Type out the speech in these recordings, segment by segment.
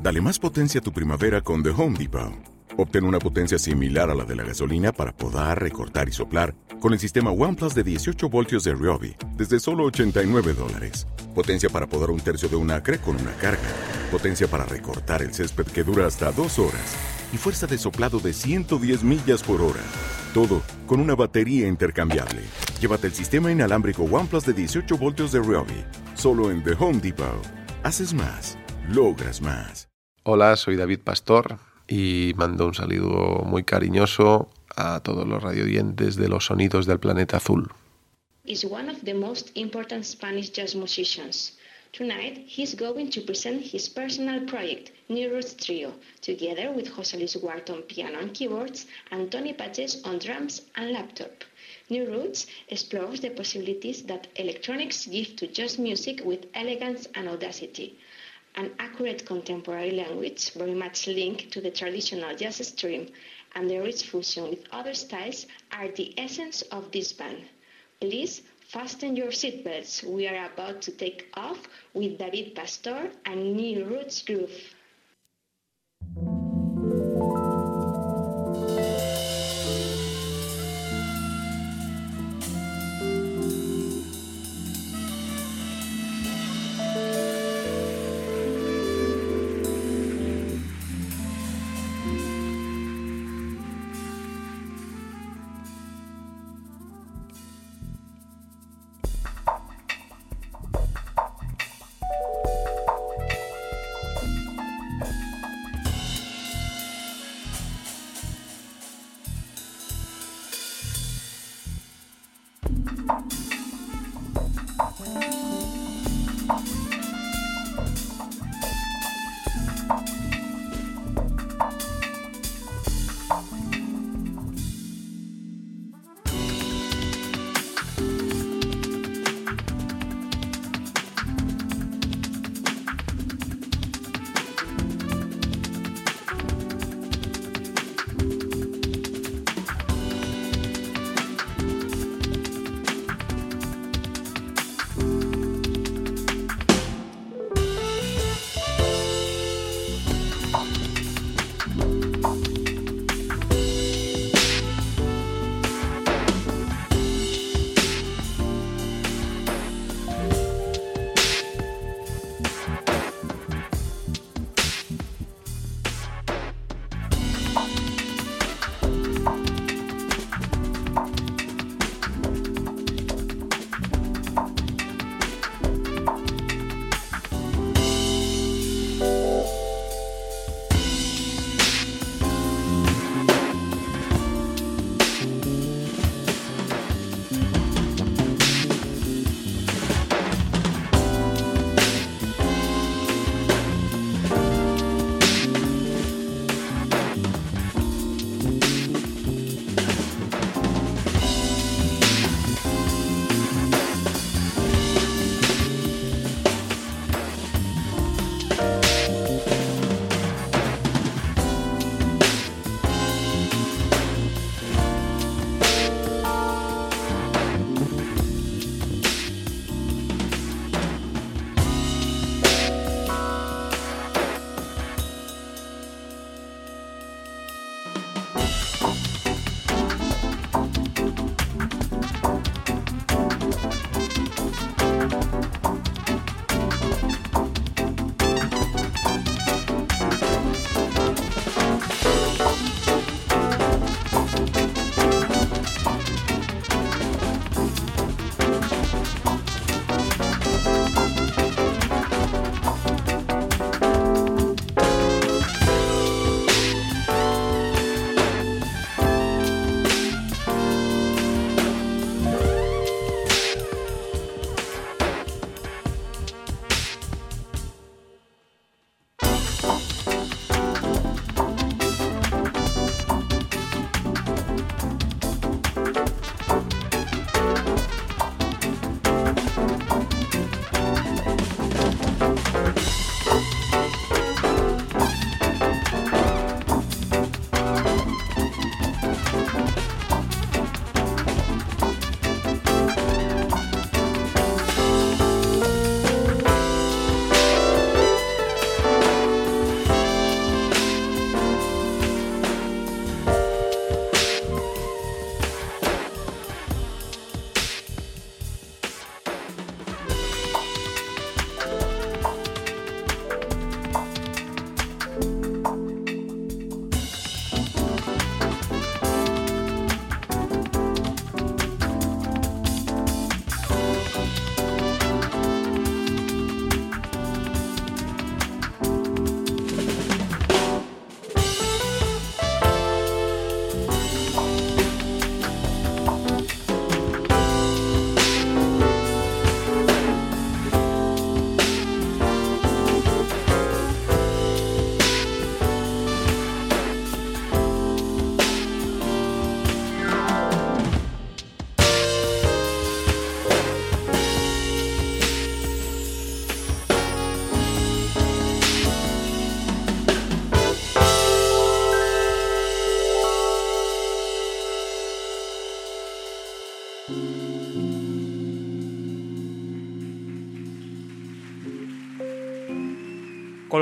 Dale más potencia a tu primavera con The Home Depot. Obtén una potencia similar a la de la gasolina para podar, recortar y soplar con el sistema OnePlus de 18 voltios de Ryobi desde solo $89. Potencia para podar un tercio de un acre con una carga. Potencia para recortar el césped que dura hasta 2 horas. Y fuerza de soplado de 110 millas por hora. Todo con una batería intercambiable. Llévate el sistema inalámbrico OnePlus de 18 voltios de Ryobi. Solo en The Home Depot. Haces más. Logras más. Hola, soy David Pastor y mando un saludo muy cariñoso a todos los radioyentes de los sonidos del planeta azul. Is one of the most important Spanish jazz musicians. Tonight, he's going to present his personal project, New Roots Trio, together with José Luis Huarte on piano and keyboards and Tony Paches on drums and laptop. New Roots explores the possibilities that electronics give to jazz music with elegance and audacity. An accurate contemporary language very much linked to the traditional jazz stream and the rich fusion with other styles are the essence of this band. Please fasten your seatbelts. We are about to take off with David Pastor and New Roots Groove.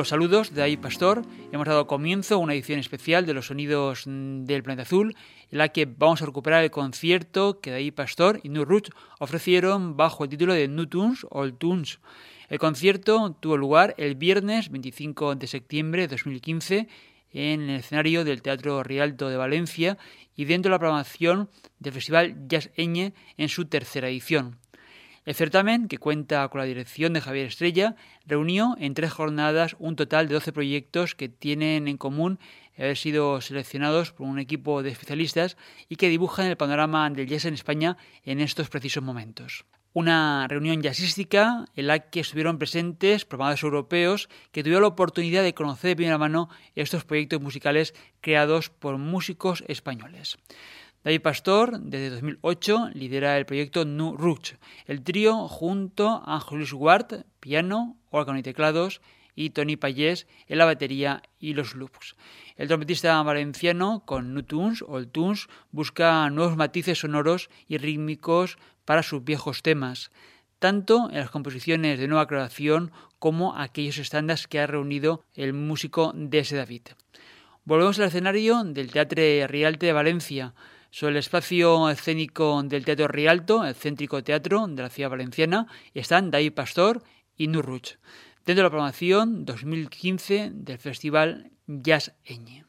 los saludos de David Pastor. Hemos dado comienzo a una edición especial de los sonidos del planeta azul, en la que vamos a recuperar el concierto que David Pastor y New Roots ofrecieron bajo el título de New Tunes, Old Tunes. El concierto tuvo lugar el viernes 25 de septiembre de 2015 en el escenario del Teatro Rialto de Valencia y dentro de la programación del Festival Jazz Eñe en su tercera edición. El certamen, que cuenta con la dirección de Javier Estrella, reunió en 3 jornadas un total de 12 proyectos que tienen en común haber sido seleccionados por un equipo de especialistas y que dibujan el panorama del jazz en España en estos precisos momentos. Una reunión jazzística en la que estuvieron presentes programadores europeos que tuvieron la oportunidad de conocer de primera mano estos proyectos musicales creados por músicos españoles. David Pastor, desde 2008, lidera el proyecto New Roots, el trío junto a José Luis Guart, piano, órgano y teclados, y Tony Pallés en la batería y los loops. El trompetista valenciano, con New Tunes, Old Tunes, busca nuevos matices sonoros y rítmicos para sus viejos temas, tanto en las composiciones de nueva creación como aquellos estándares que ha reunido el músico D.S. David. Volvemos al escenario del Teatro Rialto de Valencia. Sobre el espacio escénico del Teatro Rialto, el céntrico teatro de la ciudad valenciana, están David Pastor y New Roots, dentro de la programación 2015 del Festival Jazz Eñe.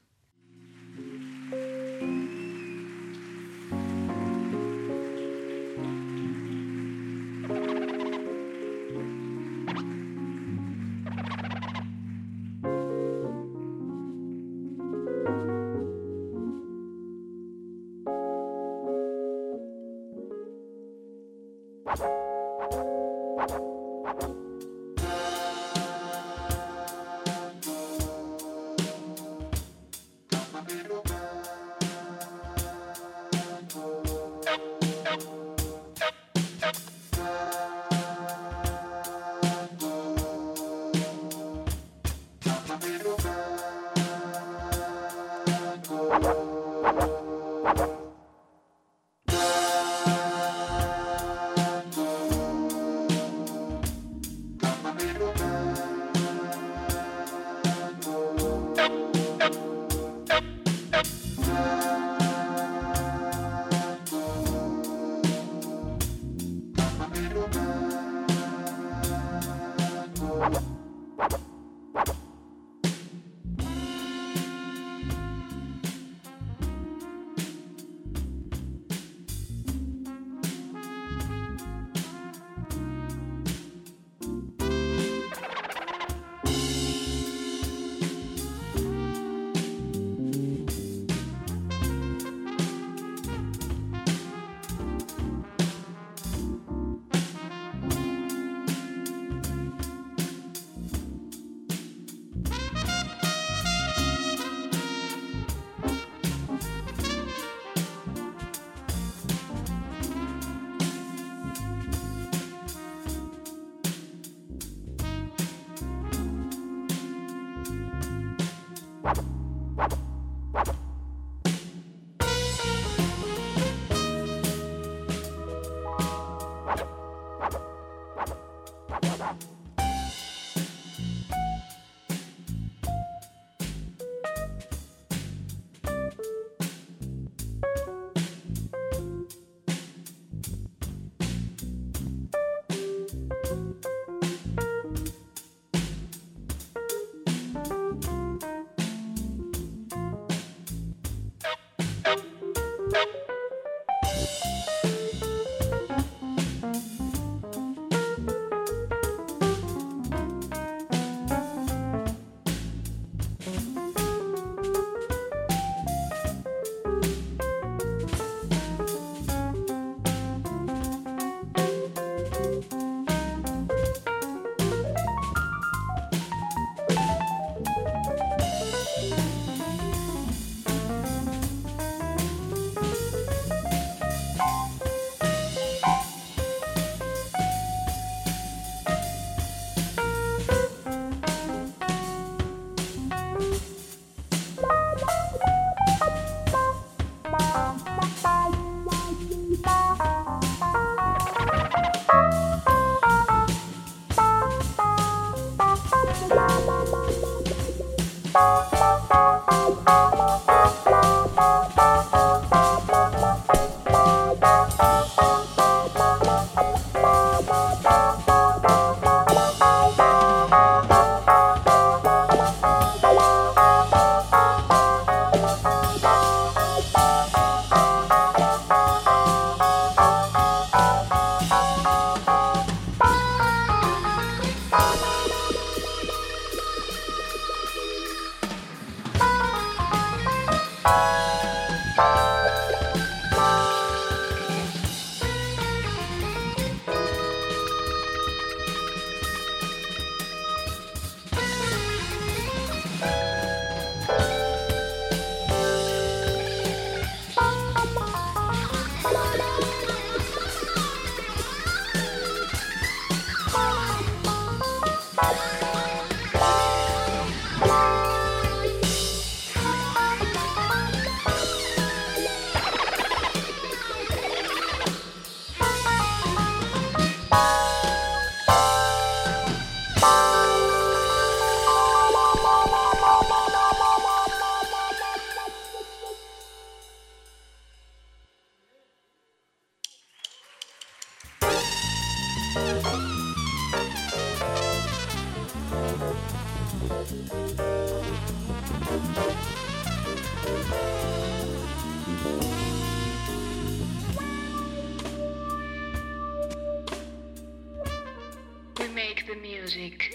We make the music.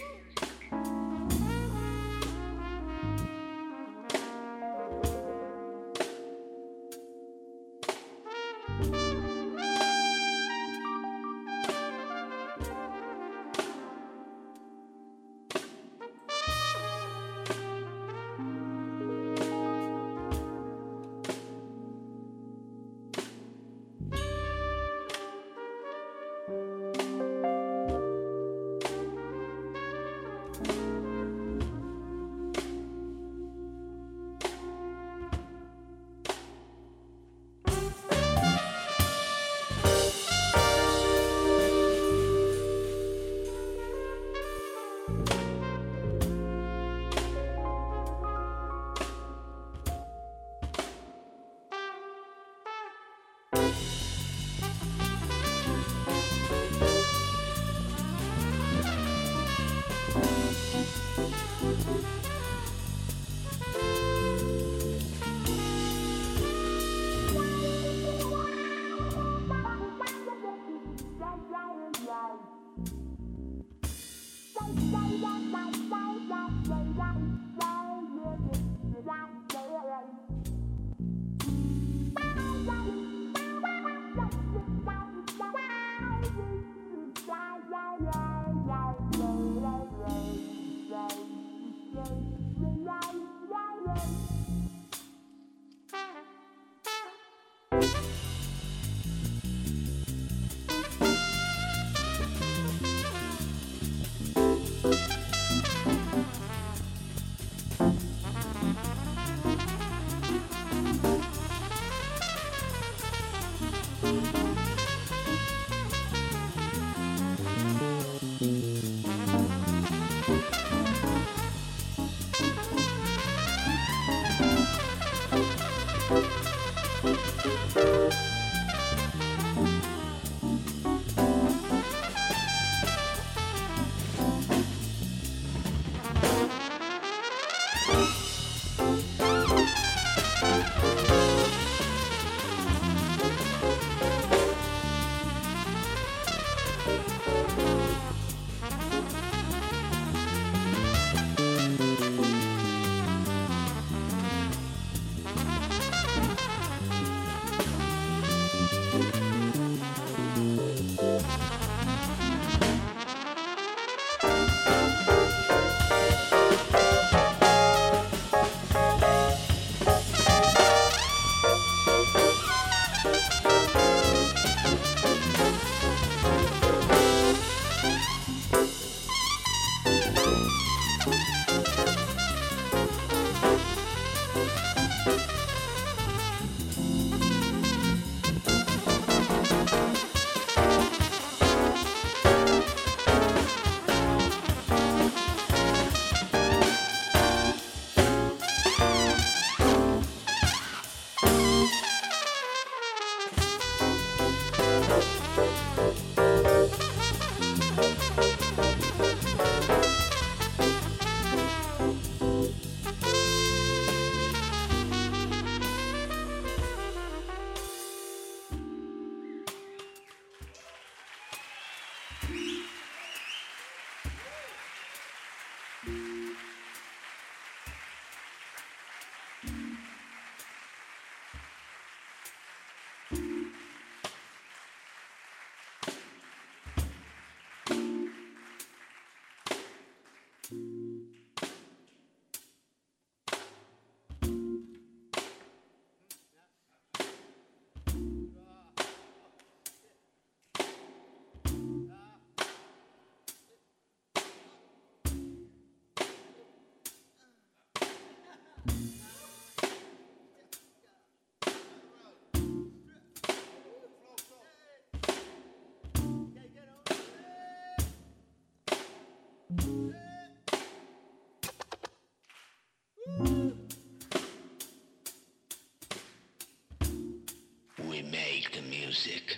music.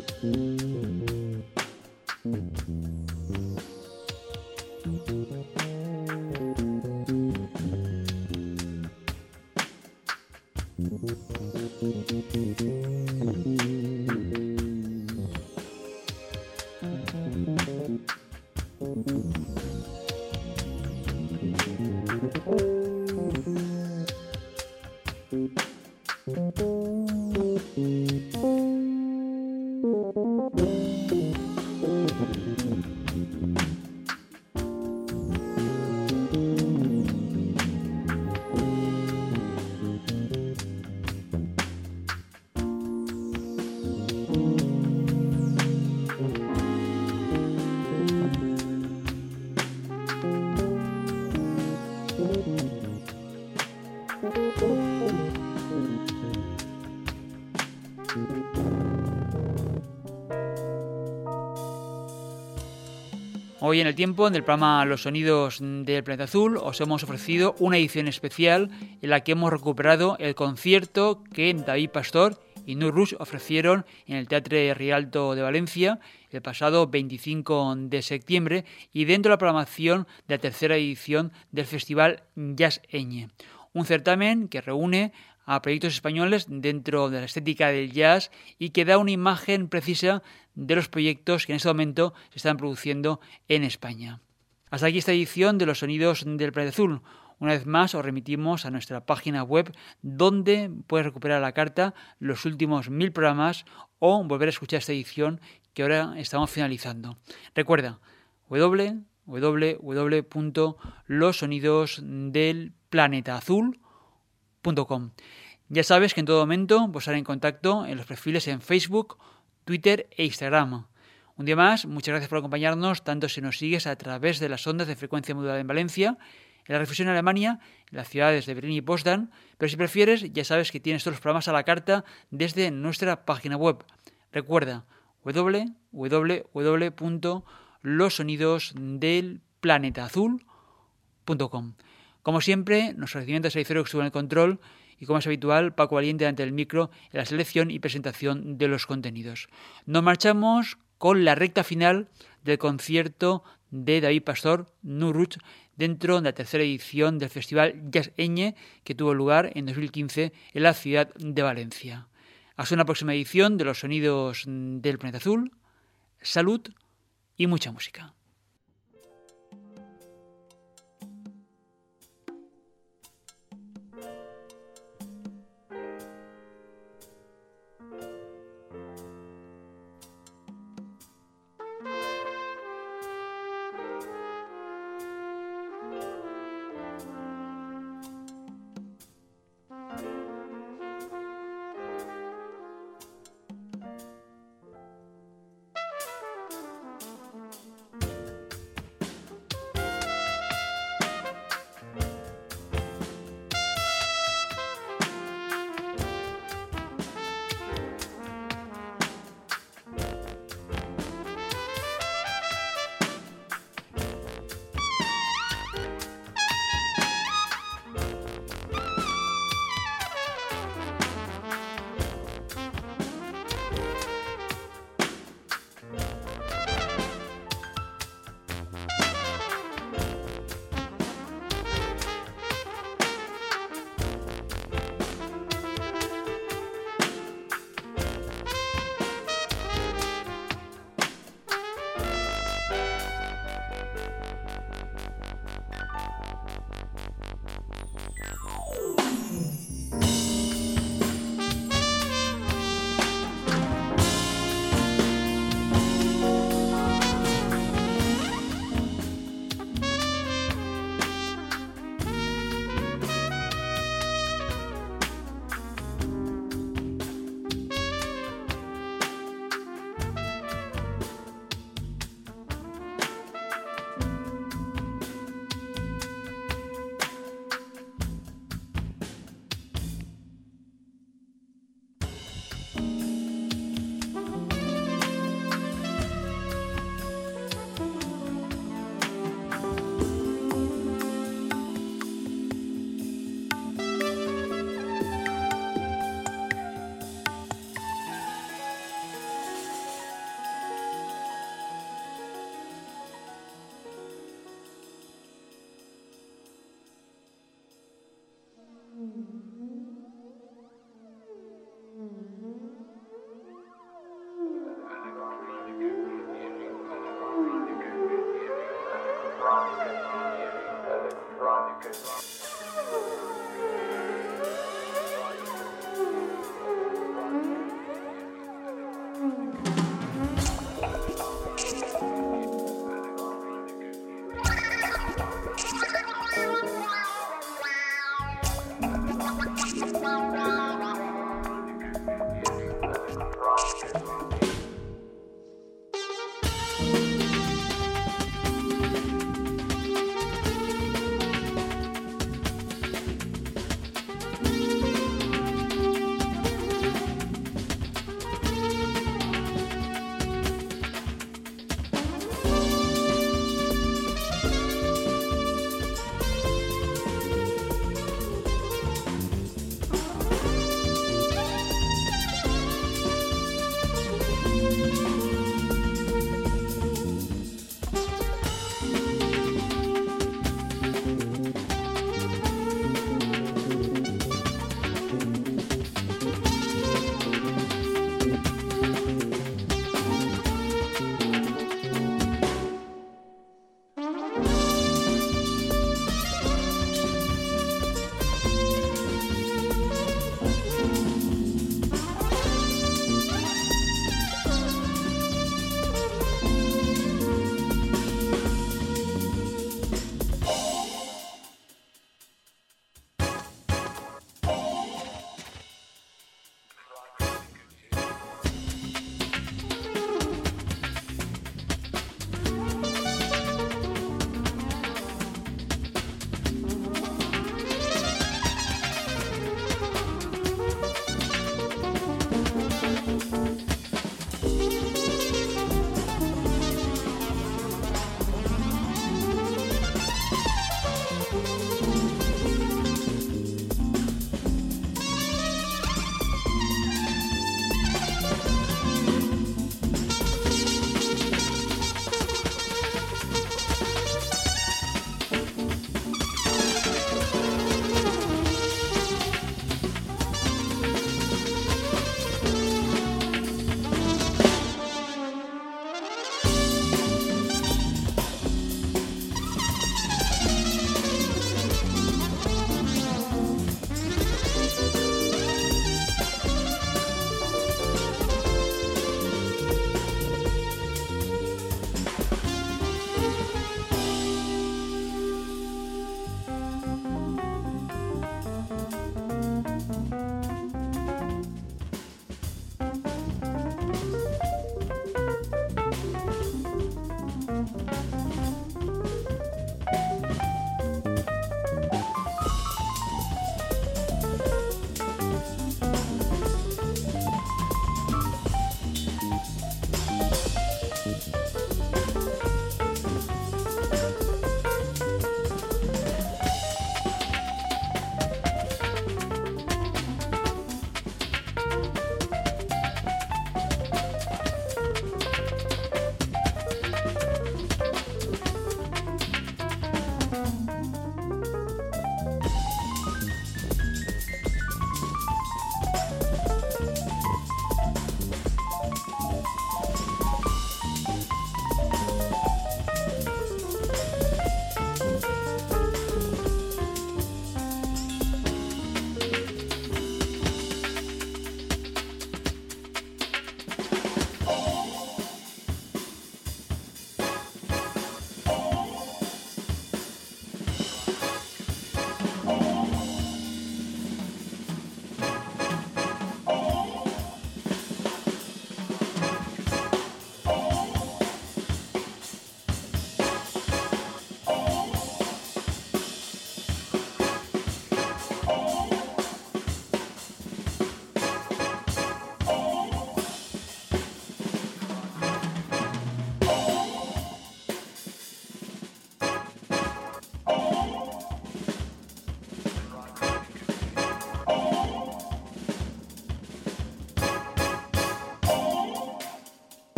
Hoy en el tiempo, en el programa Los Sonidos del Planeta Azul, os hemos ofrecido una edición especial en la que hemos recuperado el concierto que David Pastor y Nur Rush ofrecieron en el Teatre Rialto de Valencia el pasado 25 de septiembre y dentro de la programación de la tercera edición del Festival Jazz Eñe, un certamen que reúne a proyectos españoles dentro de la estética del jazz y que da una imagen precisa de los proyectos que en este momento se están produciendo en España. Hasta aquí esta edición de Los Sonidos del Planeta Azul. Una vez más os remitimos a nuestra página web donde puedes recuperar a la carta los últimos 1000 programas o volver a escuchar esta edición que ahora estamos finalizando. Recuerda www.losonidosdelplanetaazul.com. Ya sabes que en todo momento puedes estar en contacto en los perfiles en Facebook, Twitter e Instagram. Un día más, muchas gracias por acompañarnos, tanto si nos sigues a través de las ondas de frecuencia modulada en Valencia, en la reflexión en Alemania, en las ciudades de Berlín y Potsdam, pero si prefieres, ya sabes que tienes todos los programas a la carta desde nuestra página web. Recuerda, www.losonidosdelplanetaazul.com. Como siempre, nuestro agradecimiento a Sergio que estuvo en el control y, como es habitual, Paco Valiente ante el micro en la selección y presentación de los contenidos. Nos marchamos con la recta final del concierto de David Pastor, Nur Ruch, dentro de la tercera edición del Festival Jazz Eñe que tuvo lugar en 2015 en la ciudad de Valencia. Hasta una próxima edición de Los Sonidos del Planeta Azul. Salud y mucha música.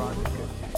Market.